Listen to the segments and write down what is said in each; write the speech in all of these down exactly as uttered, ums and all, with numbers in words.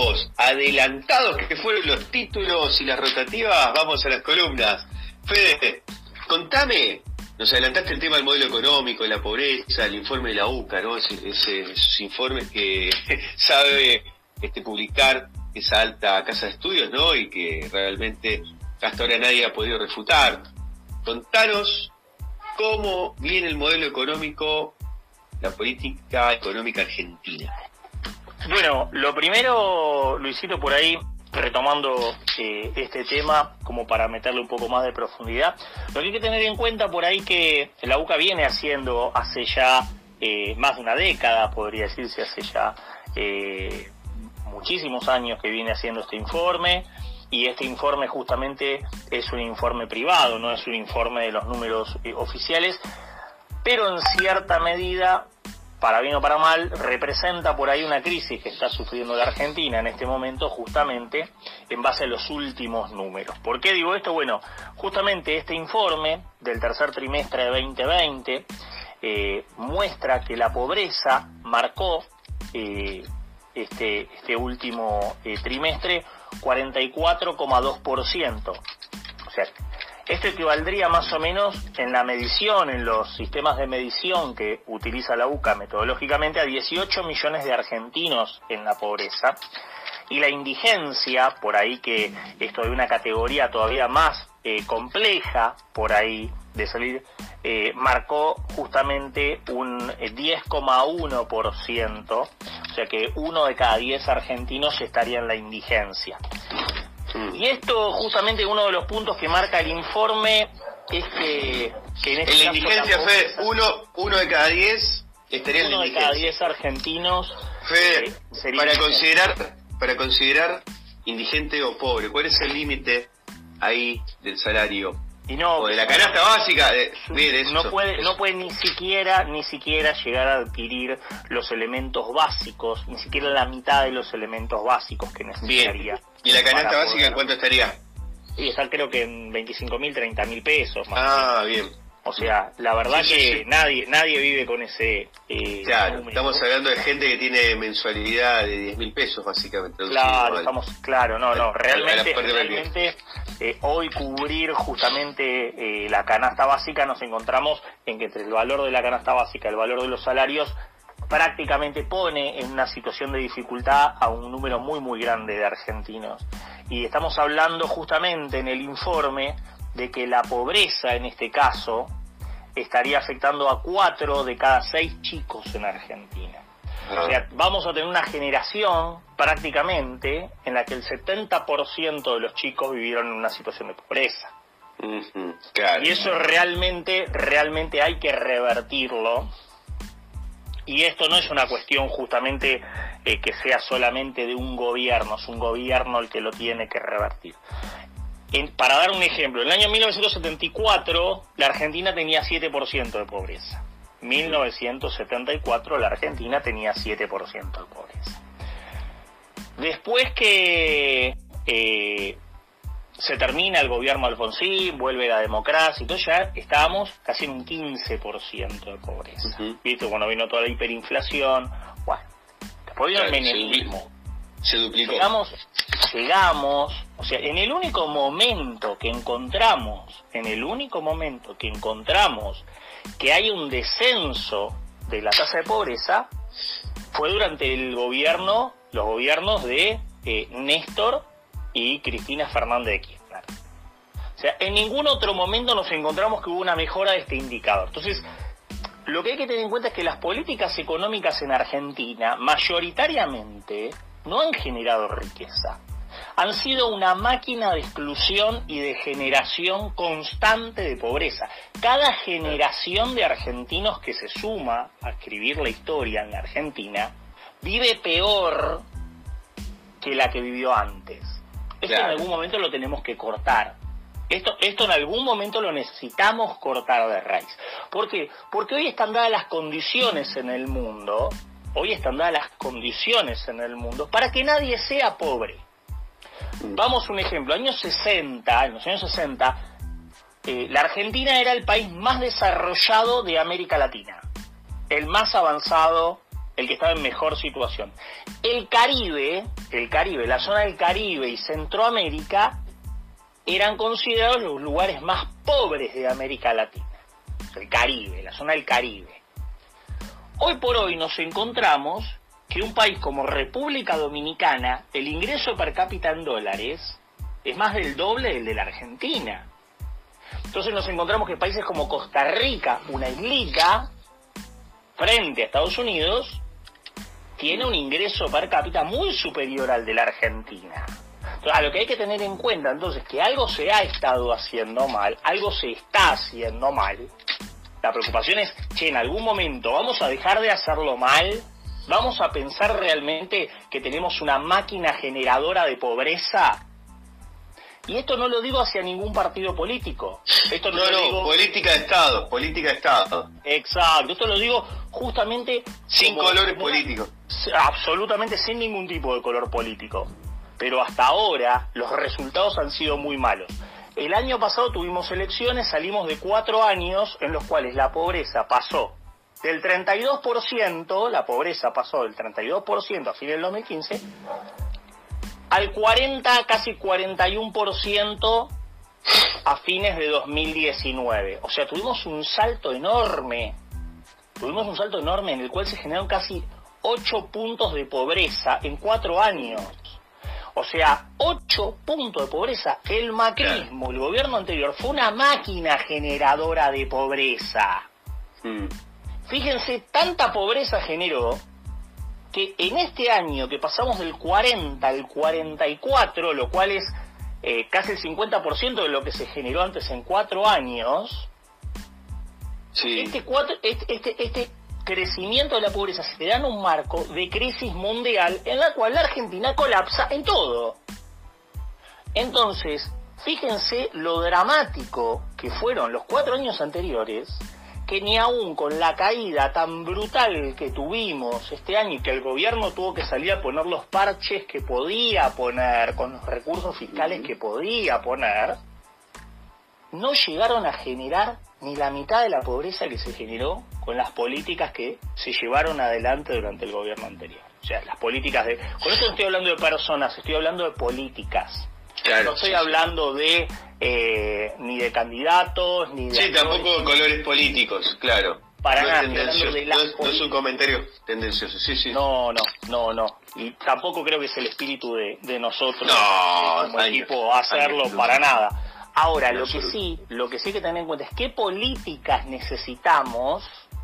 minutos adelantados que fueron los títulos y las rotativas, vamos a las columnas. Fede, contame, nos adelantaste el tema del modelo económico, la pobreza, el informe de la U C A, ¿no? Ese, ese, esos informes que sabe este, publicar esa alta casa de estudios, ¿no? Y que realmente hasta ahora nadie ha podido refutar. Contanos cómo viene el modelo económico, la política económica argentina. Bueno, lo primero, Luisito, por ahí, retomando eh, este tema, como para meterle un poco más de profundidad, lo que hay que tener en cuenta por ahí que la U C A viene haciendo hace ya eh, más de una década, podría decirse, hace ya eh, muchísimos años que viene haciendo este informe, y este informe justamente es un informe privado, no es un informe de los números eh, oficiales, pero en cierta medida, para bien o para mal, representa por ahí una crisis que está sufriendo la Argentina en este momento, justamente en base a los últimos números. ¿Por qué digo esto? Bueno, justamente este informe del tercer trimestre de veinte veinte eh, muestra que la pobreza marcó eh, este, este último eh, trimestre cuarenta y cuatro coma dos por ciento. O sea, esto equivaldría más o menos en la medición, en los sistemas de medición que utiliza la U C A metodológicamente, a dieciocho millones de argentinos en la pobreza. Y la indigencia, por ahí que esto de una categoría todavía más eh, compleja, por ahí de salir, eh, marcó justamente un diez coma uno por ciento, o sea que uno de cada diez argentinos estaría en la indigencia. Y esto justamente uno de los puntos que marca el informe es que, que en, este en la caso, indigencia la fue uno, uno de cada diez estaría en la uno de indigencia. cada diez argentinos Fede, eh, sería para indigente. considerar, para considerar indigente o pobre, ¿cuál es el límite ahí del salario? Y no, o de la canasta básica, de, bien, eso, no puede, eso. no puede ni siquiera, ni siquiera llegar a adquirir los elementos básicos, ni siquiera la mitad de los elementos básicos que necesitaría. Bien. ¿Y la canasta básica poder... en cuánto estaría? Y está creo que en veinticinco mil, treinta mil pesos más. Ah, bien. O sea, la verdad sí, que sí, sí. nadie nadie vive con ese eh, claro, número. Estamos hablando de gente que tiene mensualidad de diez mil pesos básicamente. Claro, al, estamos, claro, no, no, realmente, al realmente eh, hoy cubrir justamente eh, la canasta básica, nos encontramos en que entre el valor de la canasta básica y el valor de los salarios prácticamente pone en una situación de dificultad a un número muy muy grande de argentinos. Y estamos hablando justamente en el informe de que la pobreza en este caso estaría afectando a cuatro de cada seis chicos en Argentina. O sea, vamos a tener una generación prácticamente en la que el setenta por ciento de los chicos vivieron en una situación de pobreza. Uh-huh, claro. Y eso realmente, realmente hay que revertirlo. Y esto no es una cuestión justamente eh, que sea solamente de un gobierno, es un gobierno el que lo tiene que revertir. En, para dar un ejemplo, en el año mil novecientos setenta y cuatro la Argentina tenía siete por ciento de pobreza. mil novecientos setenta y cuatro la Argentina tenía siete por ciento de pobreza. Después que eh, se termina el gobierno Alfonsín, vuelve la democracia y todo, ya estábamos casi en un quince por ciento de pobreza. Uh-huh. ¿Viste? Cuando vino toda la hiperinflación, bueno, después vino el menemismo. Se duplicó. Llegamos, llegamos, o sea, en el único momento que encontramos, en el único momento que encontramos que hay un descenso de la tasa de pobreza, fue durante el gobierno, los gobiernos de eh, Néstor y Cristina Fernández de Kirchner. O sea, en ningún otro momento nos encontramos que hubo una mejora de este indicador. Entonces, lo que hay que tener en cuenta es que las políticas económicas en Argentina, mayoritariamente, no han generado riqueza. Han sido una máquina de exclusión y de generación constante de pobreza. Cada generación de argentinos que se suma a escribir la historia en la Argentina vive peor que la que vivió antes. Esto claro. En algún momento lo tenemos que cortar. Esto, esto en algún momento lo necesitamos cortar de raíz. ¿Por qué? Porque hoy están dadas las condiciones en el mundo, hoy están dadas las condiciones en el mundo para que nadie sea pobre. Vamos a un ejemplo, años sesenta, en los años sesenta, eh, la Argentina era el país más desarrollado de América Latina, el más avanzado el que estaba en mejor situación. El Caribe, el Caribe, la zona del Caribe y Centroamérica eran considerados los lugares más pobres de América Latina. El Caribe, la zona del Caribe. Hoy por hoy nos encontramos que un país como República Dominicana, el ingreso per cápita en dólares es más del doble del de la Argentina. Entonces nos encontramos que países como Costa Rica, una islita, frente a Estados Unidos, tiene un ingreso per cápita muy superior al de la Argentina. Entonces, a lo que hay que tener en cuenta, entonces, que algo se ha estado haciendo mal, algo se está haciendo mal. La preocupación es, che, en algún momento vamos a dejar de hacerlo mal, vamos a pensar realmente que tenemos una máquina generadora de pobreza. Y esto no lo digo hacia ningún partido político. Esto no, no, lo no digo... política de Estado, política de Estado. Exacto, esto lo digo justamente... Sin como, colores como políticos. Una... Absolutamente sin ningún tipo de color político. Pero hasta ahora los resultados han sido muy malos. El año pasado tuvimos elecciones, salimos de cuatro años en los cuales la pobreza pasó del treinta y dos por ciento, la pobreza pasó del treinta y dos por ciento a fines del dos mil quince... al cuarenta, casi cuarenta y uno por ciento a fines de dos mil diecinueve. O sea, tuvimos un salto enorme. Tuvimos un salto enorme en el cual se generaron casi ocho puntos de pobreza en cuatro años. O sea, ocho puntos de pobreza. El macrismo, el gobierno anterior, fue una máquina generadora de pobreza. Mm. Fíjense, tanta pobreza generó que en este año que pasamos del cuarenta al cuarenta y cuatro, lo cual es eh, casi el cincuenta por ciento de lo que se generó antes en cuatro años, sí. este, cuatro, este, este, este crecimiento de la pobreza se da en un marco de crisis mundial en la cual la Argentina colapsa en todo. Entonces, fíjense lo dramático que fueron los cuatro años anteriores, que ni aún con la caída tan brutal que tuvimos este año y que el gobierno tuvo que salir a poner los parches que podía poner, con los recursos fiscales que podía poner, no llegaron a generar ni la mitad de la pobreza que se generó con las políticas que se llevaron adelante durante el gobierno anterior. O sea, las políticas de... Con esto no estoy hablando de personas, estoy hablando de políticas. Claro, no estoy sí, hablando sí. de eh, ni de candidatos, ni de... Sí, tampoco de colores políticos, claro. Para no nada, es tendencioso, de no, es, no es un comentario tendencioso, sí, sí. No, no, no, no. Y tampoco creo que es el espíritu de, de nosotros no, como años, equipo hacerlo años, para nada. Ahora, lo que absoluto. sí, lo que sí hay que tener en cuenta es qué políticas necesitamos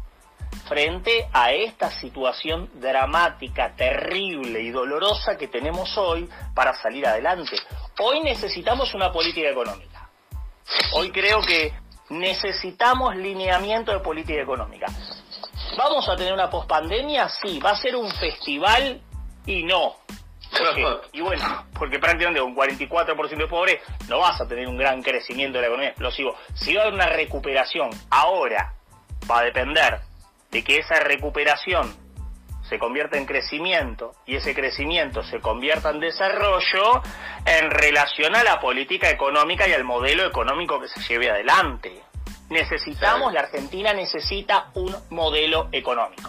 frente a esta situación dramática, terrible y dolorosa que tenemos hoy para salir adelante. Hoy necesitamos una política económica. Hoy creo que necesitamos lineamiento de política económica. ¿Vamos a tener una pospandemia? Sí. ¿Va a ser un festival? Y no. ¿Por qué? Y bueno, porque prácticamente con cuarenta y cuatro por ciento de pobres no vas a tener un gran crecimiento de la economía explosivo. Si va a haber una recuperación ahora, va a depender de que esa recuperación se convierta en crecimiento y ese crecimiento se convierta en desarrollo en relación a la política económica y al modelo económico que se lleve adelante. Necesitamos, la Argentina necesita un modelo económico.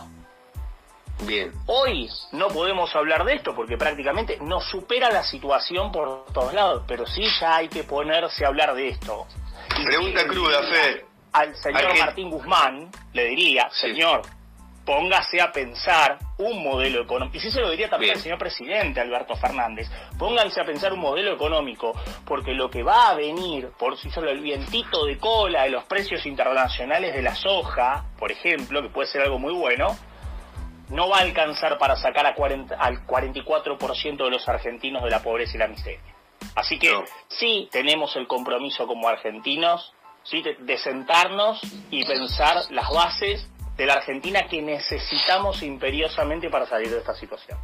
Bien. Hoy no podemos hablar de esto porque prácticamente nos supera la situación por todos lados, pero sí ya hay que ponerse a hablar de esto. Y Pregunta sí, cruda, Fede. Al señor Argent... Martín Guzmán le diría, sí. señor, póngase a pensar un modelo económico. Y sí se lo diría también Bien. al señor presidente Alberto Fernández. Pónganse a pensar un modelo económico, porque lo que va a venir, por si solo el vientito de cola de los precios internacionales de la soja, por ejemplo, que puede ser algo muy bueno, no va a alcanzar para sacar a cuarenta, al cuarenta y cuatro por ciento de los argentinos de la pobreza y la miseria. Así que no. sí tenemos el compromiso como argentinos, sí, de, de sentarnos y pensar las bases de la Argentina que necesitamos imperiosamente para salir de esta situación.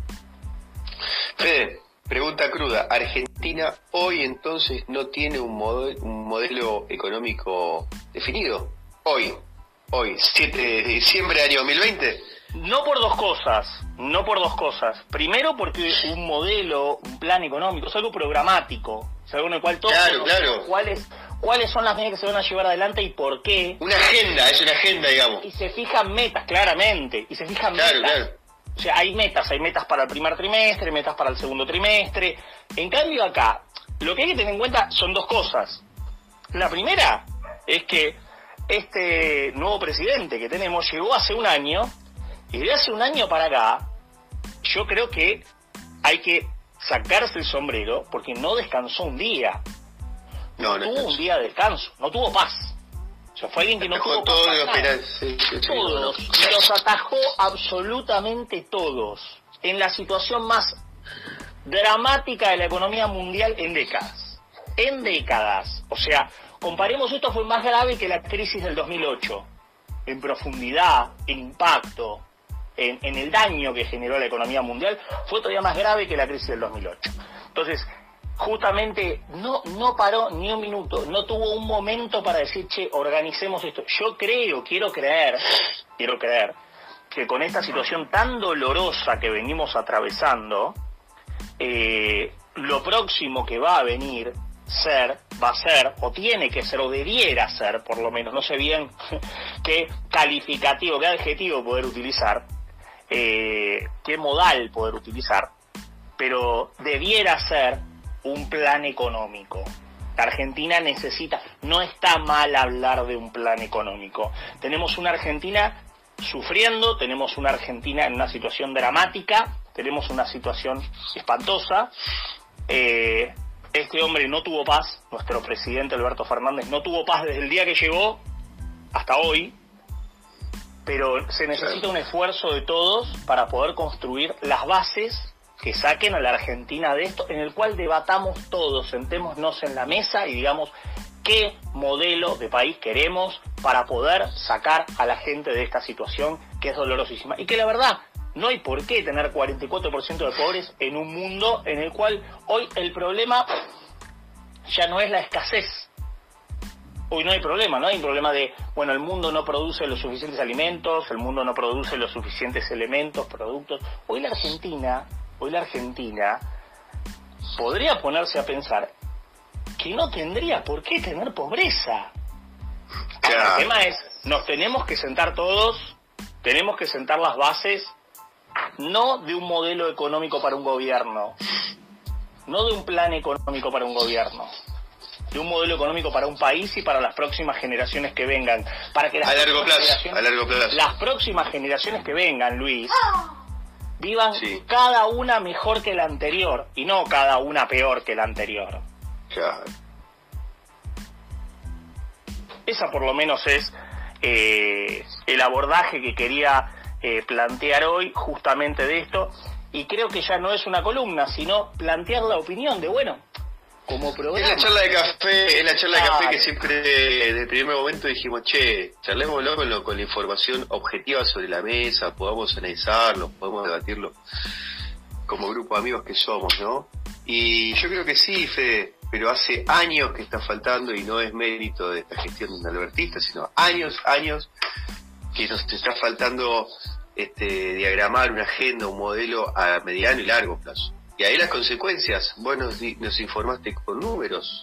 Fede, pregunta cruda. ¿Argentina hoy entonces no tiene un, mod- un modelo económico definido? Hoy, hoy, siete de diciembre del año dos mil veinte. No por dos cosas, no por dos cosas. Primero porque un modelo, un plan económico es algo programático, es algo en el cual todos claro, conocemos claro. cuál es, cuáles son las medidas que se van a llevar adelante y por qué. Una agenda, es una agenda, digamos. Y se fijan metas, claramente, y se fijan claro, metas. Claro. O sea, hay metas, hay metas para el primer trimestre, metas para el segundo trimestre. En cambio acá, lo que hay que tener en cuenta son dos cosas. La primera es que este nuevo presidente que tenemos llegó hace un año, y de hace un año para acá, yo creo que hay que sacarse el sombrero porque no descansó un día. No, no, no tuvo descansó. un día de descanso, no tuvo paz. O sea, fue alguien que no Atajó tuvo todos paz. los para nada. penales, sí, sí, sí, Todos, no. los atajó absolutamente todos, en la situación más dramática de la economía mundial en décadas. En décadas. O sea, comparemos, esto fue más grave que la crisis del dos mil ocho. En profundidad, en impacto, en, en el daño que generó la economía mundial, fue todavía más grave que la crisis del dos mil ocho. Entonces, justamente no no paró ni un minuto, no tuvo un momento para decir, che, organicemos esto. Yo creo, quiero creer, quiero creer, que con esta situación tan dolorosa que venimos atravesando, eh, lo próximo que va a venir ser, va a ser, o tiene que ser, o debiera ser, por lo menos, no sé bien qué calificativo, qué adjetivo poder utilizar, eh, qué modal poder utilizar, pero debiera ser un plan económico. La Argentina necesita, no está mal hablar de un plan económico. Tenemos una Argentina sufriendo, tenemos una Argentina en una situación dramática, tenemos una situación espantosa. Eh, este hombre no tuvo paz, nuestro presidente Alberto Fernández no tuvo paz desde el día que llegó hasta hoy, pero se necesita un esfuerzo de todos para poder construir las bases que saquen a la Argentina de esto, en el cual debatamos todos, sentémonos en la mesa y digamos qué modelo de país queremos para poder sacar a la gente de esta situación que es dolorosísima. Y que la verdad, no hay por qué tener cuarenta y cuatro por ciento de pobres en un mundo en el cual hoy el problema ya no es la escasez. Hoy no hay problema, no hay un problema de, bueno, el mundo no produce los suficientes alimentos, el mundo no produce los suficientes elementos, productos. Hoy la Argentina... Hoy la Argentina podría ponerse a pensar que no tendría por qué tener pobreza. Claro. El tema es, nos tenemos que sentar todos, tenemos que sentar las bases, no de un modelo económico para un gobierno, no de un plan económico para un gobierno, de un modelo económico para un país y para las próximas generaciones que vengan. Para que las a largo plazo, a largo plazo. Las próximas generaciones que vengan, Luis, vivan sí. cada una mejor que la anterior y no cada una peor que la anterior. Claro. Esa por lo menos es eh, el abordaje que quería eh, plantear hoy justamente de esto, y creo que ya no es una columna, sino plantear la opinión de, bueno, como programa. Es la charla de café, es la charla de café que siempre desde el primer momento dijimos, che, charlémoslo con, lo, con la información objetiva sobre la mesa, podamos analizarlo, podemos debatirlo como grupo de amigos que somos, ¿no? Y yo creo que sí, Fede, pero hace años que está faltando, y no es mérito de esta gestión albertista, sino años, años que nos está faltando este diagramar una agenda, un modelo a mediano y largo plazo. Y ahí las consecuencias, vos nos, nos informaste con números.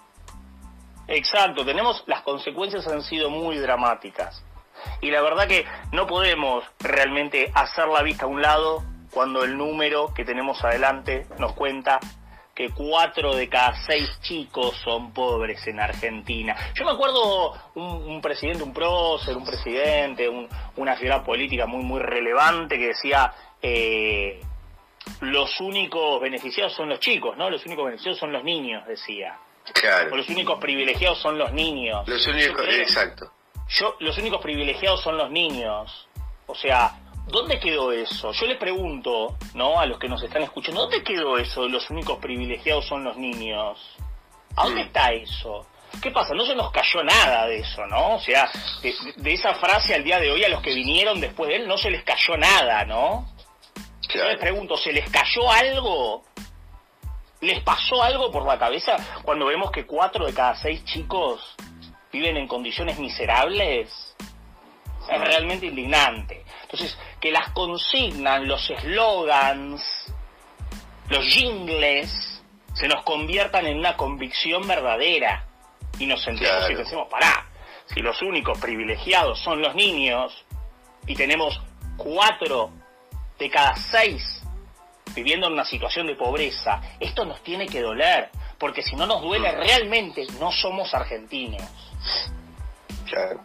Exacto, tenemos, las consecuencias han sido muy dramáticas. Y la verdad que no podemos realmente hacer la vista a un lado cuando el número que tenemos adelante nos cuenta que cuatro de cada seis chicos son pobres en Argentina. Yo me acuerdo un, un presidente, un prócer, un presidente, un, una figura política muy, muy relevante que decía... Eh, los únicos beneficiados son los chicos, ¿no? Los únicos beneficiados son los niños, decía. Claro. O los únicos privilegiados son los niños. Los únicos, creo, exacto. Yo, los únicos privilegiados son los niños. O sea, ¿dónde quedó eso? Yo les pregunto, ¿no? A los que nos están escuchando, ¿dónde quedó eso de los únicos privilegiados son los niños? ¿A dónde sí. está eso? ¿Qué pasa? No se nos cayó nada de eso, ¿no? O sea, de, de esa frase al día de hoy a los que vinieron después de él no se les cayó nada, ¿no? Claro. Yo les pregunto, ¿se les cayó algo? ¿Les pasó algo por la cabeza cuando vemos que cuatro de cada seis chicos viven en condiciones miserables? Es realmente indignante. Entonces, que las consignas, los eslogans, los jingles, se nos conviertan en una convicción verdadera. y nos sentemos claro. y pensemos, pará, si los únicos privilegiados son los niños y tenemos cuatro de cada seis viviendo en una situación de pobreza, esto nos tiene que doler, porque si no nos duele mm. realmente no somos argentinos. Claro.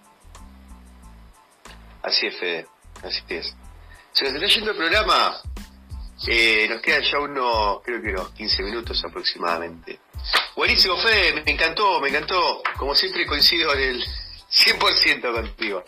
Así es, Fede, así es. Se nos está yendo el programa, eh, nos quedan ya unos, creo que unos quince minutos aproximadamente. Buenísimo, Fede, me encantó, me encantó. Como siempre coincido en el cien por ciento contigo.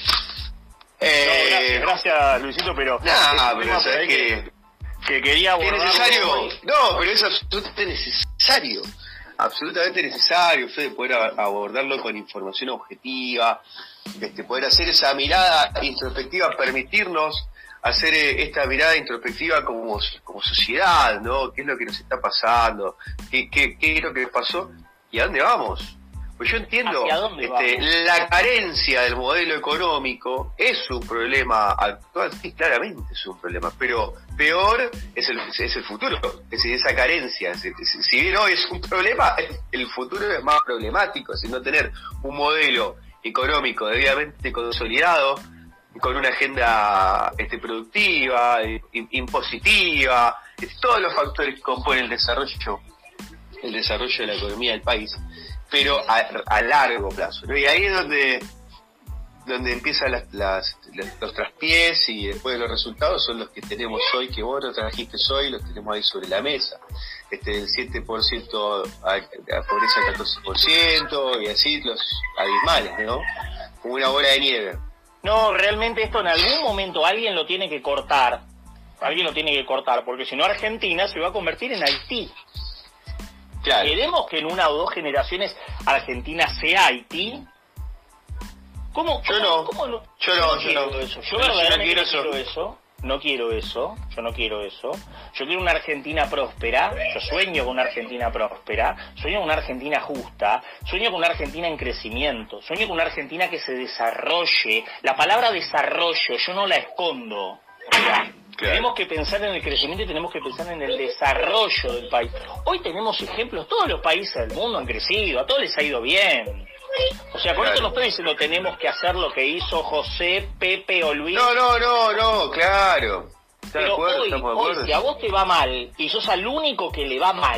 Eh, no, gracias, gracias, Luisito, pero... No, pero sabes que... que quería abordar... ¿Es necesario? No, pero es absolutamente necesario. Absolutamente necesario, Fede, poder abordarlo con información objetiva, este, poder hacer esa mirada introspectiva, permitirnos hacer esta mirada introspectiva como, como sociedad, ¿no? ¿Qué es lo que nos está pasando? ¿Qué, qué, qué es lo que pasó? ¿Y a dónde vamos? Pues yo entiendo, este, la carencia del modelo económico es un problema actual, sí, claramente es un problema, pero peor es el, es el futuro, es decir, esa carencia. Si, si bien hoy es un problema, el futuro es más problemático, es decir, no tener un modelo económico debidamente consolidado, con una agenda este, productiva, impositiva, todos los factores que componen el desarrollo, el desarrollo de la economía del país, pero a, a largo plazo, ¿no? Y ahí es donde donde empiezan las, las, las, los traspiés, y después los resultados son los que tenemos hoy, que vos lo trajiste hoy, los tenemos ahí sobre la mesa. Este, el siete por ciento a, a pobreza al catorce por ciento, y así los abismales, ¿no? Como una bola de nieve. No, realmente esto en algún momento alguien lo tiene que cortar, alguien lo tiene que cortar, porque si no Argentina se va a convertir en Haití. Claro. ¿Queremos que en una o dos generaciones Argentina sea Haití? ¿Cómo? Yo cómo, no. ¿cómo no? Yo no, yo no. Eso. Yo verdaderamente no quiero eso. No quiero eso. Yo no quiero eso. Yo quiero una Argentina próspera. Yo sueño con una Argentina próspera. Sueño con una Argentina justa. Sueño con una Argentina en crecimiento. Sueño con una Argentina que se desarrolle. La palabra desarrollo yo no la escondo. Claro. Tenemos que pensar en el crecimiento y tenemos que pensar en el desarrollo del país. Hoy tenemos ejemplos, todos los países del mundo han crecido, a todos les ha ido bien. O sea, con claro. esto no estoy diciendo tenemos que hacer lo que hizo José, Pepe o Luis. No, no, no, no, claro. Está Pero de acuerdo, hoy, estamos de acuerdo. hoy, si a vos te va mal y sos al único que le va mal,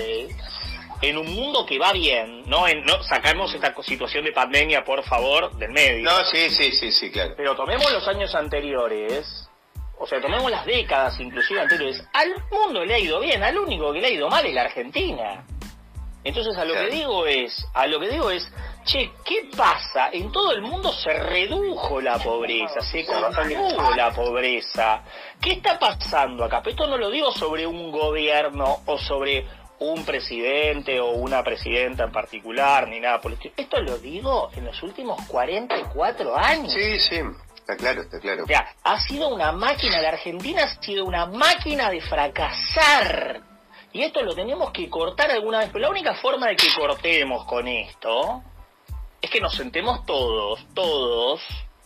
en un mundo que va bien, no, en, no sacamos esta situación de pandemia, por favor, del medio. No, sí, sí, sí, sí, claro. Pero tomemos los años anteriores... O sea, tomemos las décadas inclusive anteriores. Al mundo le ha ido bien, al único que le ha ido mal es la Argentina. Entonces a lo claro. que digo es, a lo que digo es, che, ¿qué pasa? En todo el mundo se redujo la pobreza, se contuvo la pobreza. ¿Qué está pasando acá? Pero esto no lo digo sobre un gobierno o sobre un presidente o una presidenta en particular, ni nada por el estilo. Esto lo digo en los últimos cuarenta y cuatro años. Sí, sí. Está claro, está claro. O sea, ha sido una máquina, la Argentina ha sido una máquina de fracasar. Y esto lo tenemos que cortar alguna vez. Pero la única forma de que cortemos con esto es que nos sentemos todos, todos,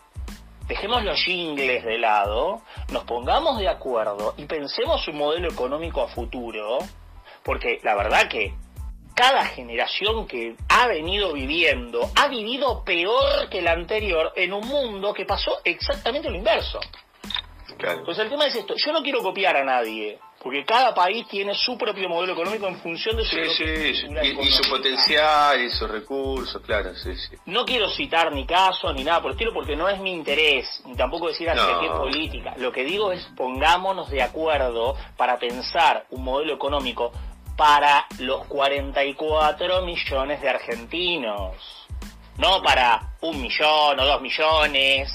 dejemos los jingles de lado, nos pongamos de acuerdo y pensemos un modelo económico a futuro. Porque la verdad que cada generación que ha venido viviendo ha vivido peor que la anterior en un mundo que pasó exactamente lo inverso. Claro. Entonces el tema es esto, yo no quiero copiar a nadie, porque cada país tiene su propio modelo económico en función de su sí, sí, sí, y, y su potencial y sus recursos, claro, sí, sí. No quiero citar ni casos ni nada por el estilo, porque no es mi interés, ni tampoco decir hacia no. qué política. Lo que digo es pongámonos de acuerdo para pensar un modelo económico para los cuarenta y cuatro millones de argentinos, no para un millón o dos millones,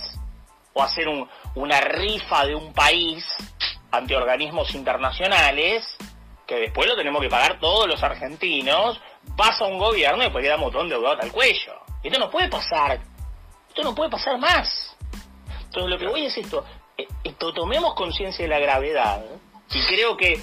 o hacer un, una rifa de un país ante organismos internacionales, que después lo tenemos que pagar todos los argentinos, pasa un gobierno y después queda un montón de deudado al cuello. Esto no puede pasar, esto no puede pasar más. Entonces lo que voy es esto, esto tomemos conciencia de la gravedad, y creo que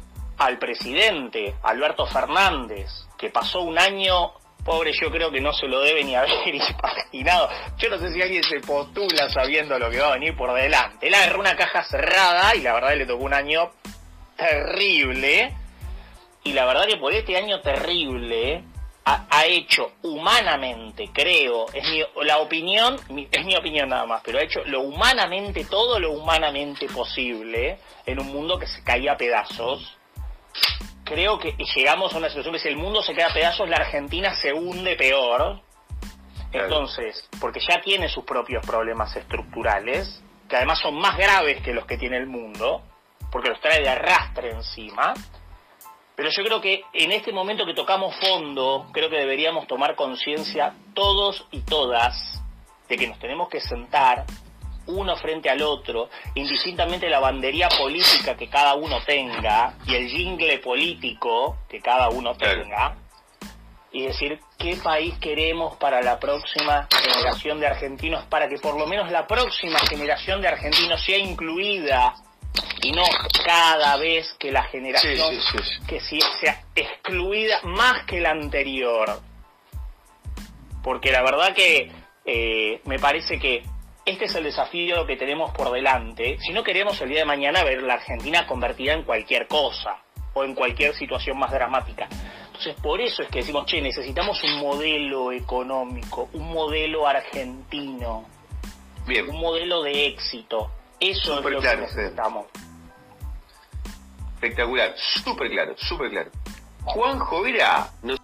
al presidente Alberto Fernández, que pasó un año, pobre, yo creo que no se lo debe ni haber imaginado. Yo no sé si alguien se postula sabiendo lo que va a venir por delante. Él agarró una caja cerrada y la verdad le tocó un año terrible. Y la verdad que por este año terrible ha, ha hecho humanamente, creo, es mi, la opinión, mi, es mi opinión nada más, pero ha hecho lo humanamente, todo lo humanamente posible en un mundo que se caía a pedazos. Creo que llegamos a una situación que si el mundo se queda a pedazos, la Argentina se hunde peor. Entonces, porque ya tiene sus propios problemas estructurales, que además son más graves que los que tiene el mundo, porque los trae de arrastre encima. Pero yo creo que en este momento que tocamos fondo, creo que deberíamos tomar conciencia todos y todas de que nos tenemos que sentar uno frente al otro, indistintamente la bandería política que cada uno tenga y el jingle político que cada uno tenga, y decir qué país queremos para la próxima generación de argentinos, para que por lo menos la próxima generación de argentinos sea incluida y no cada vez que la generación sí, sí, sí. que sea excluida más que la anterior. Porque la verdad que eh, me parece que este es el desafío que tenemos por delante, si no queremos el día de mañana ver la Argentina convertida en cualquier cosa o en cualquier situación más dramática. Entonces, por eso es que decimos, che, necesitamos un modelo económico, un modelo argentino, bien, un modelo de éxito. Eso súper es lo claro, que necesitamos. Sí. Espectacular, súper claro, súper claro. Juanjo Vera nos